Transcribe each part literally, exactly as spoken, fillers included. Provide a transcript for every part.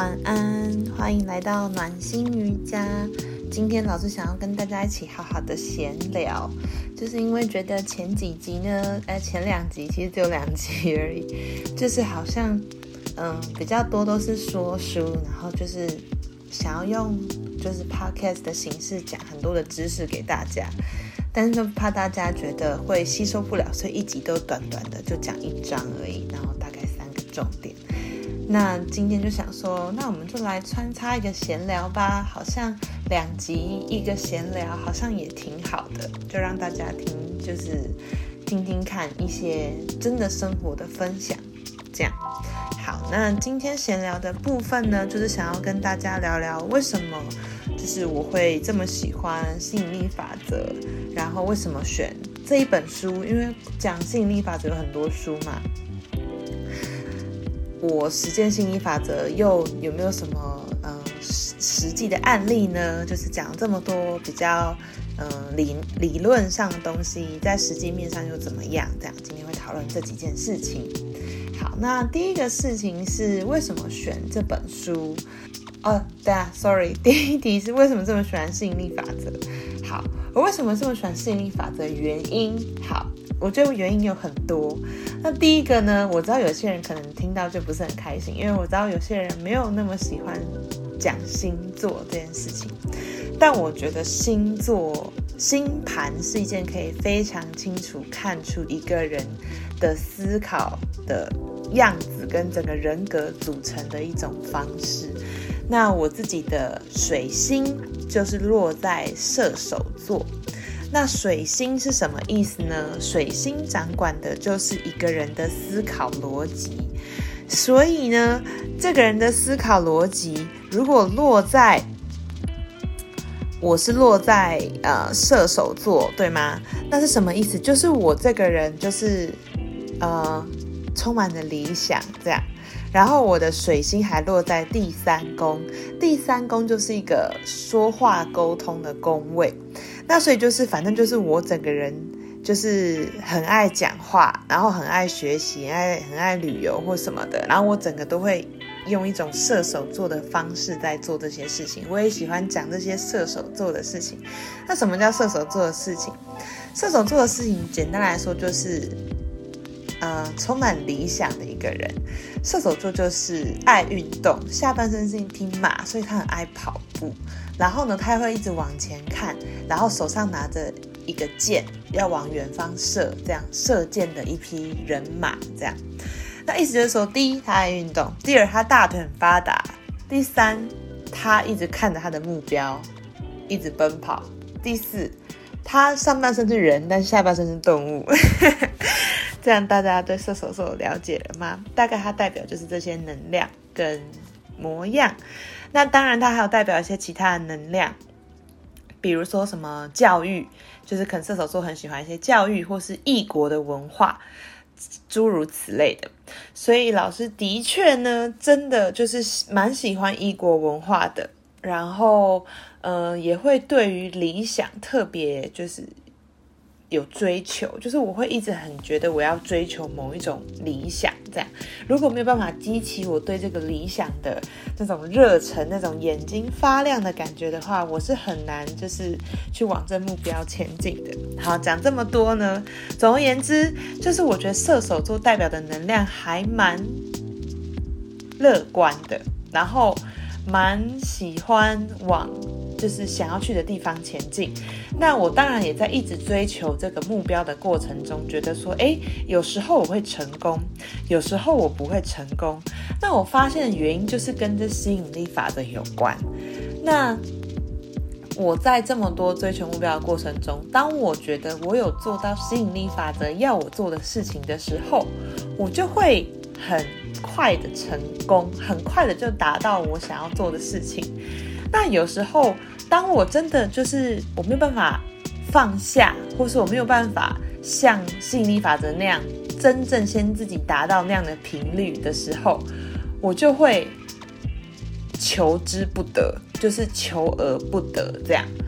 晚安，欢迎来到暖心瑜伽。今天老师想要跟大家一起好好的闲聊，就是因为觉得前几集呢，呃，前两集其实只有两集而已，就是好像嗯比较多都是说书，然后就是想要用就是 podcast 的形式讲很多的知识给大家，但是就怕大家觉得会吸收不了，所以一集都短短的就讲一章而已，然后大概三个重点。那今天就想说，那我们就来穿插一个闲聊吧，好像两集一个闲聊好像也挺好的，就让大家听，就是听听看一些真的生活的分享，这样。好，那今天闲聊的部分呢，就是想要跟大家聊聊为什么就是我会这么喜欢吸引力法则，然后为什么选这一本书，因为讲吸引力法则有很多书嘛，我实践吸引力法则又有没有什么呃实际的案例呢？就是讲这么多比较呃理理论上的东西，在实际面上又怎么样？这样今天会讨论这几件事情。好，那第一个事情是为什么选这本书？哦，对啊 ，sorry， 第一题是为什么这么喜欢吸引力法则？好，我为什么这么喜欢吸引力法则的原因？好。我觉得原因有很多。那第一个呢，我知道有些人可能听到就不是很开心，因为我知道有些人没有那么喜欢讲星座这件事情。但我觉得星座、星盘是一件可以非常清楚看出一个人的思考的样子跟整个人格组成的一种方式。那我自己的水星就是落在射手座。那水星是什么意思呢？水星掌管的就是一个人的思考逻辑，所以呢，这个人的思考逻辑如果落在，我是落在呃射手座，对吗？那是什么意思？就是我这个人就是呃充满了理想这样。然后我的水星还落在第三宫，第三宫就是一个说话沟通的宫位，那所以就是反正就是我整个人就是很爱讲话，然后很爱学习，很爱很爱旅游或什么的，然后我整个都会用一种射手座的方式在做这些事情，我也喜欢讲这些射手座的事情。那什么叫射手座的事情？射手座的事情简单来说就是呃，充满理想的一个人。射手座就是爱运动，下半身是一匹马，所以他很爱跑步。然后呢，他会一直往前看，然后手上拿着一个箭，要往远方射，这样射箭的一匹人马，这样。那意思就是说，第一，他爱运动；第二，他大腿很发达；第三，他一直看着他的目标，一直奔跑；第四，他上半身是人，但下半身是动物。这样大家对射手座有了解了吗？大概它代表就是这些能量跟模样。那当然它还有代表一些其他的能量，比如说什么教育，就是可能射手座很喜欢一些教育或是异国的文化，诸如此类的。所以老师的确呢，真的就是蛮喜欢异国文化的，然后呃也会对于理想特别就是有追求，就是我会一直很觉得我要追求某一种理想，这样如果没有办法激起我对这个理想的那种热忱，那种眼睛发亮的感觉的话，我是很难就是去往这目标前进的。好，讲这么多呢，总而言之就是我觉得射手座代表的能量还蛮乐观的，然后蛮喜欢往就是想要去的地方前进。那我当然也在一直追求这个目标的过程中，觉得说诶，有时候我会成功，有时候我不会成功。那我发现的原因就是跟这吸引力法则有关。那我在这么多追求目标的过程中，当我觉得我有做到吸引力法则要我做的事情的时候，我就会很快的成功，很快的就达到我想要做的事情。那有时候当我真的就是我没有办法放下，或是我没有办法像吸引力法则那样真正先自己达到那样的频率的时候，我就会求之不得，就是求而不得这样。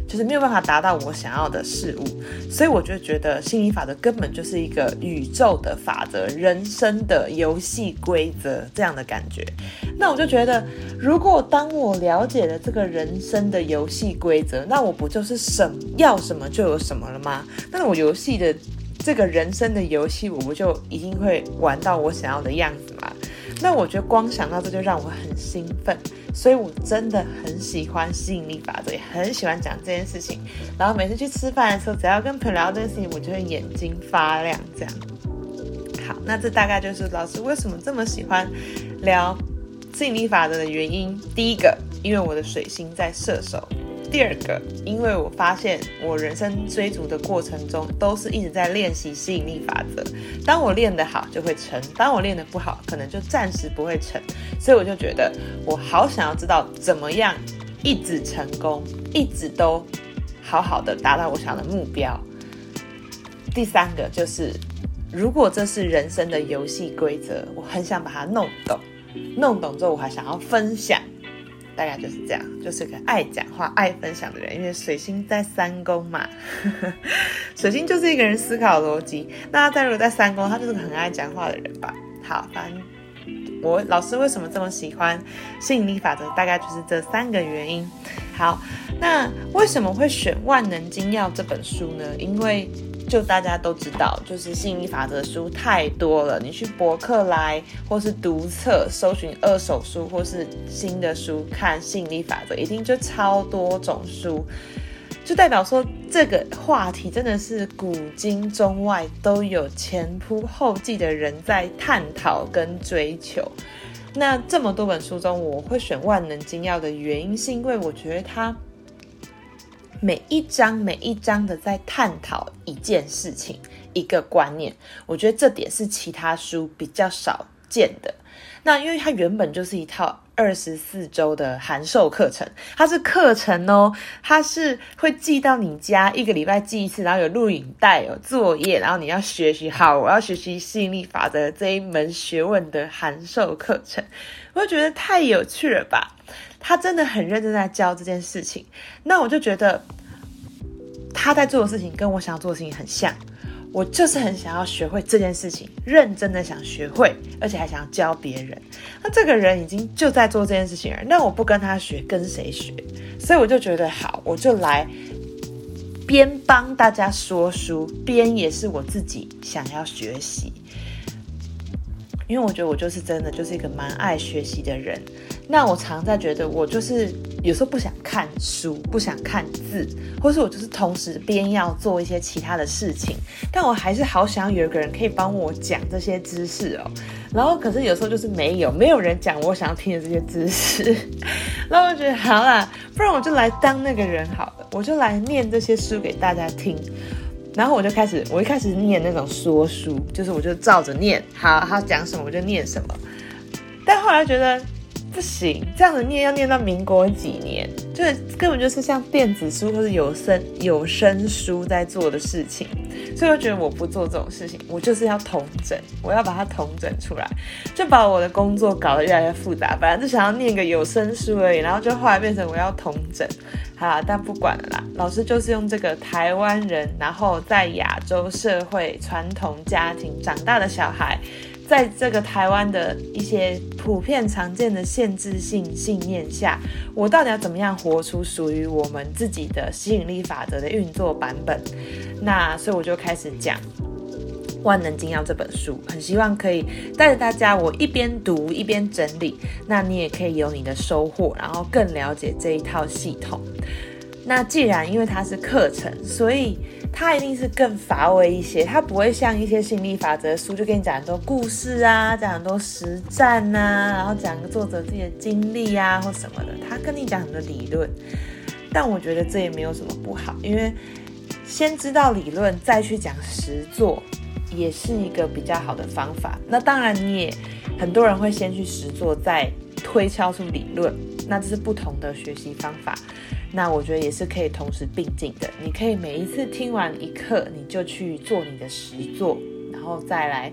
就是没有办法达到我想要的事物。所以我就觉得吸引力法则根本就是一个宇宙的法则，人生的游戏规则这样的感觉。那我就觉得，如果当我了解了这个人生的游戏规则，那我不就是什么要什么就有什么了吗？那我游戏的这个人生的游戏，我不就一定会玩到我想要的样子吗？那我觉得光想到这就让我很兴奋，所以我真的很喜欢吸引力法则，也很喜欢讲这件事情。然后每次去吃饭的时候，只要跟朋友聊这件事情，我就会眼睛发亮这样。好，那这大概就是老师为什么这么喜欢聊吸引力法则的原因。第一个，因为我的水星在射手。第二个，因为我发现我人生追逐的过程中都是一直在练习吸引力法则，当我练得好就会成，当我练得不好可能就暂时不会成，所以我就觉得我好想要知道怎么样一直成功，一直都好好的达到我想要的目标。第三个就是，如果这是人生的游戏规则，我很想把它弄懂，弄懂之后我还想要分享。大概就是这样，就是个爱讲话爱分享的人。因为水星在三宫嘛水星就是一个人思考逻辑，那他如果在三宫，他就是个很爱讲话的人吧。好，反正我老师为什么这么喜欢吸引力法则，大概就是这三个原因。好，那为什么会选万能金钥这本书呢？因为就大家都知道，就是吸引力法则的书太多了，你去博客来或是读册搜寻二手书或是新的书看吸引力法则，一定就超多种书，就代表说这个话题真的是古今中外都有前仆后继的人在探讨跟追求。那这么多本书中，我会选万能金钥的原因是因为我觉得它每一章每一章的在探讨一件事情，一个观念，我觉得这点是其他书比较少见的。那因为它原本就是一套二十四周的函授课程，它是课程哦，它是会寄到你家，一个礼拜寄一次，然后有录影带，有作业，然后你要学习好，我要学习吸引力法则这一门学问的函授课程，我就觉得太有趣了吧。他真的很认真在教这件事情，那我就觉得他在做的事情跟我想要做的事情很像，我就是很想要学会这件事情，认真的想学会，而且还想要教别人。那这个人已经就在做这件事情了，那我不跟他学，跟谁学？所以我就觉得好，我就来边帮大家说书，边也是我自己想要学习。因为我觉得我就是真的就是一个蛮爱学习的人，那我常在觉得我就是有时候不想看书，不想看字，或是我就是同时边要做一些其他的事情，但我还是好想要有一个人可以帮我讲这些知识哦。然后可是有时候就是没有没有人讲我想要听的这些知识然后我觉得好啦，不然我就来当那个人好了，我就来念这些书给大家听。然后我就开始，我一开始念那种说书，就是我就照着念，好，他讲什么我就念什么。但后来觉得不行，这样子念要念到民国几年，就是根本就是像电子书或是有声有声书在做的事情。所以我觉得我不做这种事情，我就是要统整，我要把它统整出来，就把我的工作搞得越来越复杂。本来就想要念个有声书而已，然后就后来变成我要统整。好，但不管了啦，老师就是用这个台湾人，然后在亚洲社会传统家庭长大的小孩，在这个台湾的一些普遍常见的限制性信念下，我到底要怎么样活出属于我们自己的吸引力法则的运作版本？那所以我就开始讲万能金钥这本书，很希望可以带着大家，我一边读一边整理，那你也可以有你的收获，然后更了解这一套系统。那既然因为它是课程，所以它一定是更乏味一些，它不会像一些吸引力法则的书就跟你讲很多故事啊，讲很多实战啊，然后讲作者自己的经历啊或什么的，它跟你讲很多理论。但我觉得这也没有什么不好，因为先知道理论再去讲实作也是一个比较好的方法。那当然你也很多人会先去实作再推敲出理论，那这是不同的学习方法，那我觉得也是可以同时并进的。你可以每一次听完一课你就去做你的实作，然后再来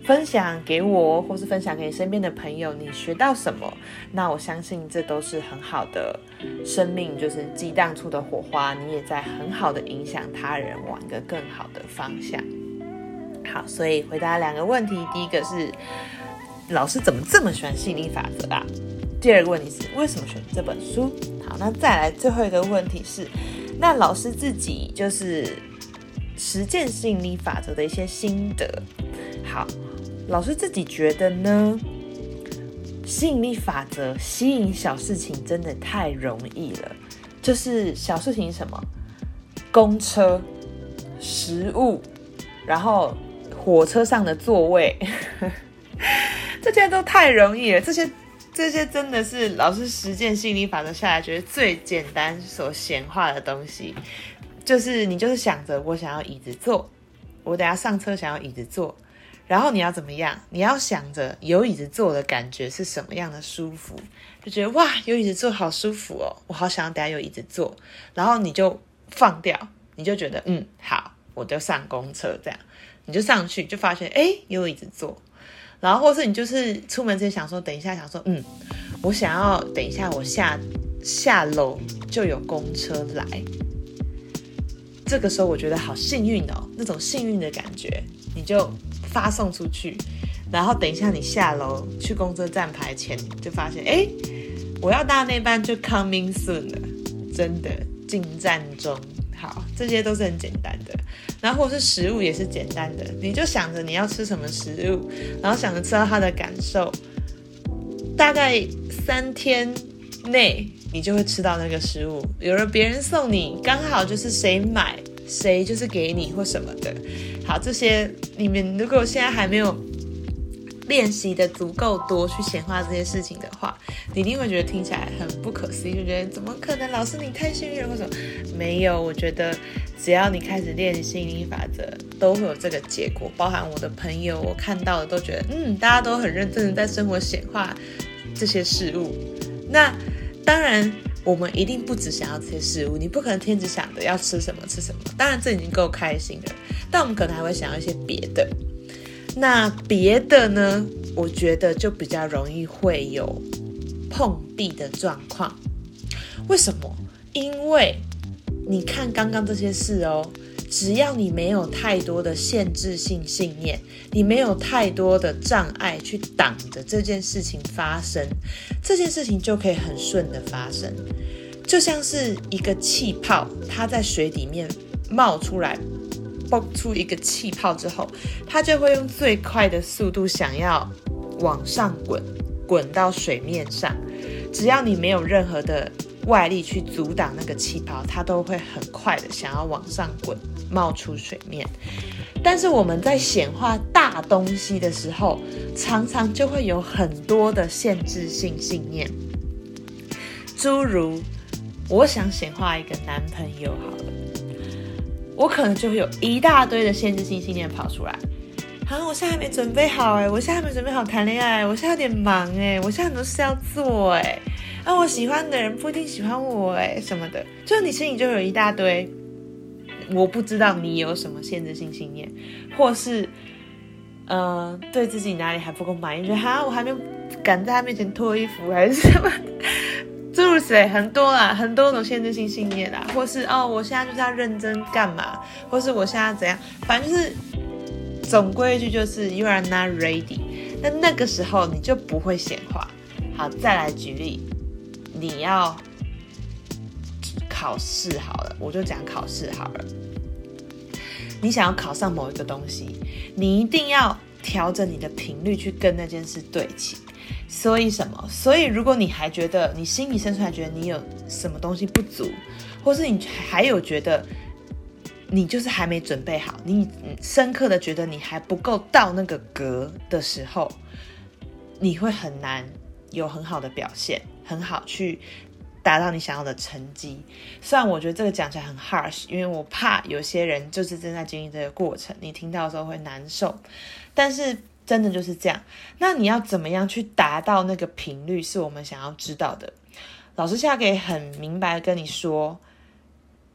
分享给我，或是分享给你身边的朋友，你学到什么，那我相信这都是很好的生命，就是激荡出的火花，你也在很好的影响他人往一个更好的方向。好，所以回答两个问题，第一个是老师怎么这么喜欢吸引力法则啊？第二个问题是为什么选这本书？好，那再来最后一个问题是，那老师自己就是实践吸引力法则的一些心得。好，老师自己觉得呢，吸引力法则吸引小事情真的太容易了。就是小事情是什么？公车、食物，然后火车上的座位这些都太容易了，这些这些真的是老师实践吸引力法则下来觉得最简单所显化的东西。就是你就是想着我想要椅子坐，我等一下上车想要椅子坐，然后你要怎么样？你要想着有椅子坐的感觉是什么样的舒服，就觉得哇，有椅子坐好舒服哦，我好想要等一下有椅子坐，然后你就放掉，你就觉得嗯好，我就上公车，这样你就上去就发现哎有椅子坐，然后或是你就是出门之前想说等一下想说嗯我想要等一下我下下楼就有公车来，这个时候我觉得好幸运哦，那种幸运的感觉你就发送出去，然后等一下你下楼去公车站牌前就发现哎我要搭那班就 coming soon 了，真的进站中。好，这些都是很简单的，然后或是食物也是简单的，你就想着你要吃什么食物，然后想着吃到它的感受，大概三天内你就会吃到那个食物，有了别人送你，刚好就是谁买谁就是给你或什么的。好，这些你们如果现在还没有练习的足够多去显化这些事情的话，你一定会觉得听起来很不可思议，就觉得怎么可能，老师你太幸运了或什么。没有，我觉得只要你开始练吸引力法则都会有这个结果，包含我的朋友我看到的都觉得嗯，大家都很认真的在生活显化这些事物。那当然我们一定不只想要这些事物，你不可能天只想着要吃什么吃什么，当然这已经够开心了，但我们可能还会想要一些别的。那别的呢，我觉得就比较容易会有碰壁的状况。为什么？因为你看刚刚这些事哦，只要你没有太多的限制性信念，你没有太多的障碍去挡着这件事情发生，这件事情就可以很顺的发生。就像是一个气泡，它在水里面冒出来，爆出一个气泡之后，它就会用最快的速度想要往上滚，滚到水面上。只要你没有任何的外力去阻挡那个气泡，它都会很快的想要往上滚，冒出水面。但是我们在显化大东西的时候，常常就会有很多的限制性信念，诸如我想显化一个男朋友好了，我可能就会有一大堆的限制性信念跑出来。啊，我现在还没准备好哎，我现在还没准备好谈恋爱，我现在有点忙哎，我现在很多事要做哎，啊，我喜欢的人不一定喜欢我哎，什么的，就是你心里就有一大堆，我不知道你有什么限制性信念，或是呃对自己哪里还不够满意，觉得哈我还没有敢在他面前脱衣服还是什么。诸如此类，很多啦，很多种限制性信念啦，或是哦，我现在就是要认真干嘛，或是我现在怎样，反正就是总归一句就是 you are not ready。那那个时候你就不会显化。好，再来举例，你要考试好了，我就讲考试好了。你想要考上某一个东西，你一定要调整你的频率去跟那件事对齐。所以什么？所以如果你还觉得你心里深处还觉得你有什么东西不足，或是你还有觉得你就是还没准备好，你深刻的觉得你还不够到那个格的时候，你会很难有很好的表现，很好去达到你想要的成绩。虽然我觉得这个讲起来很 harsh， 因为我怕有些人就是正在经历这个过程，你听到的时候会难受，但是真的就是这样。那你要怎么样去达到那个频率，是我们想要知道的。老师现在可以很明白的跟你说，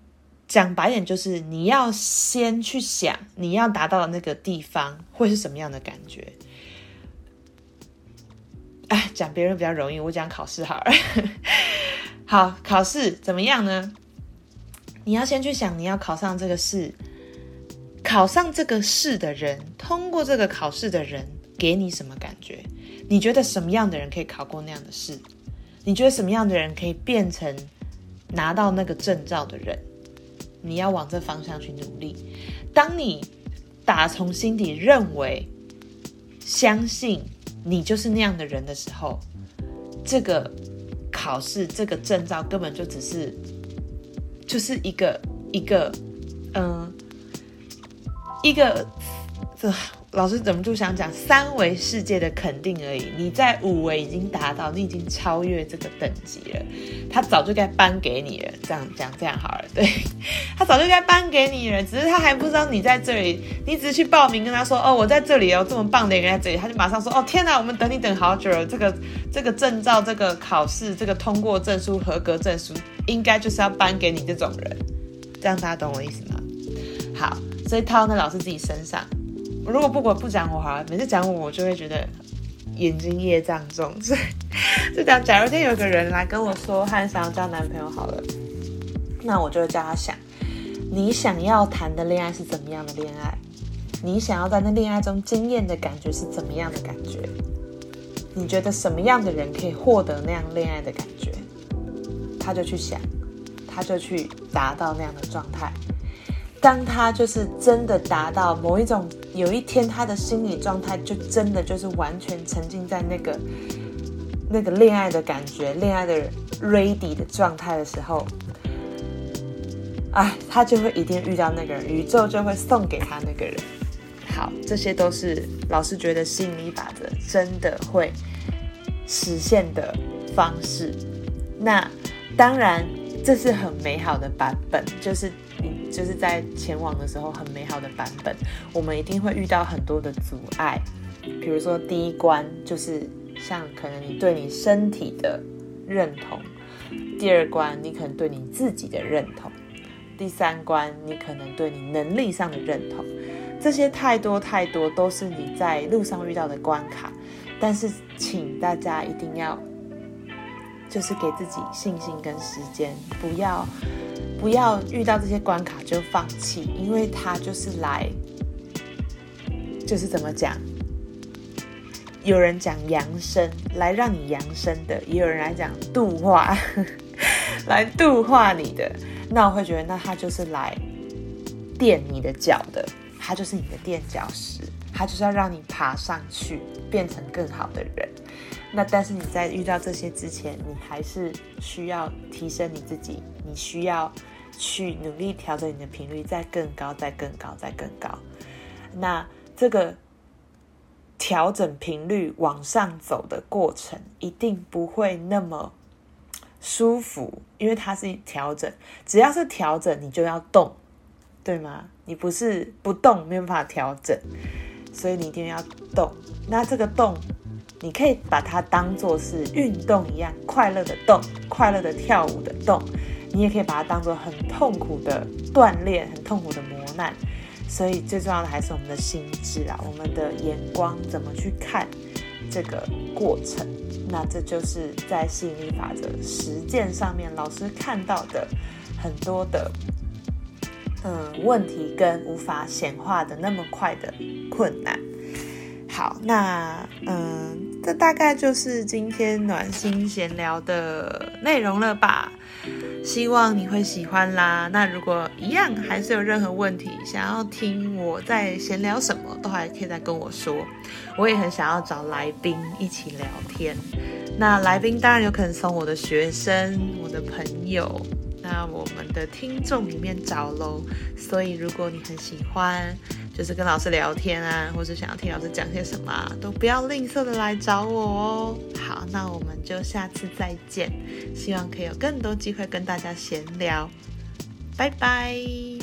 讲白点就是你要先去想你要达到的那个地方会是什么样的感觉。哎，讲别人比较容易，我讲考试好了。好，考试怎么样呢？你要先去想你要考上这个试，考上这个试的人，通过这个考试的人给你什么感觉？你觉得什么样的人可以考过那样的试？你觉得什么样的人可以变成拿到那个证照的人？你要往这方向去努力。当你打从心底认为相信你就是那样的人的时候，这个考试这个证照根本就只是就是一个一个嗯一个这老师怎么就想讲三维世界的肯定而已。你在五维已经达到，你已经超越这个等级了，他早就该颁给你了。这样讲这样好了，对，他早就该颁给你了，只是他还不知道你在这里。你只是去报名跟他说，哦，我在这里哦，这么棒的人在这里，他就马上说，哦，天哪，我们等你等好久了。这个这个证照，这个考试，这个通过证书、合格证书，应该就是要颁给你这种人。这样大家懂我意思吗？好，所以套在老师自己身上。如果不管不讲我好了，每次讲我，我就会觉得眼睛业障重。所以就讲，假如今天有个人来跟我说，他想要交男朋友好了，那我就会叫他想，你想要谈的恋爱是怎么样的恋爱？你想要在那恋爱中经验的感觉是怎么样的感觉？你觉得什么样的人可以获得那样恋爱的感觉？他就去想，他就去达到那样的状态。当他就是真的达到某一种，有一天他的心理状态就真的就是完全沉浸在那个那个恋爱的感觉、恋爱的 ready 的状态的时候，哎，他就会一定遇到那个人，宇宙就会送给他那个人。好，这些都是老师觉得吸引力法则真的会实现的方式。那当然，这是很美好的版本，就是你就是在前往的时候很美好的版本。我们一定会遇到很多的阻碍，比如说第一关就是像可能你对你身体的认同，第二关你可能对你自己的认同，第三关你可能对你能力上的认同。这些太多太多都是你在路上遇到的关卡，但是请大家一定要就是给自己信心跟时间，不要不要遇到这些关卡就放弃，因为它就是来就是怎么讲，有人讲扬升，来让你扬升的，也有人来讲度化来度化你的。那我会觉得那它就是来垫你的脚的，它就是你的垫脚石，它就是要让你爬上去变成更好的人。那但是你在遇到这些之前，你还是需要提升你自己，你需要去努力调整你的频率，再更高再更高再更高。那这个调整频率往上走的过程一定不会那么舒服，因为它是调整，只要是调整你就要动，对吗？你不是不动没有办法调整，所以你一定要动。那这个动你可以把它当作是运动一样，快乐的动，快乐的跳舞的动。你也可以把它当作很痛苦的锻炼，很痛苦的磨难。所以最重要的还是我们的心智啊，我们的眼光怎么去看这个过程。那这就是在吸引力法则实践上面老师看到的很多的嗯问题跟无法显化的那么快的困难。好，那嗯，这大概就是今天暖心闲聊的内容了吧，希望你会喜欢啦。那如果一样还是有任何问题想要听我在闲聊什么，都还可以再跟我说，我也很想要找来宾一起聊天。那来宾当然有可能从我的学生、我的朋友，那我们的听众里面找咯。所以如果你很喜欢就是跟老师聊天啊，或是想要听老师讲些什么啊，都不要吝啬的来找我哦。好，那我们就下次再见，希望可以有更多机会跟大家闲聊，拜拜。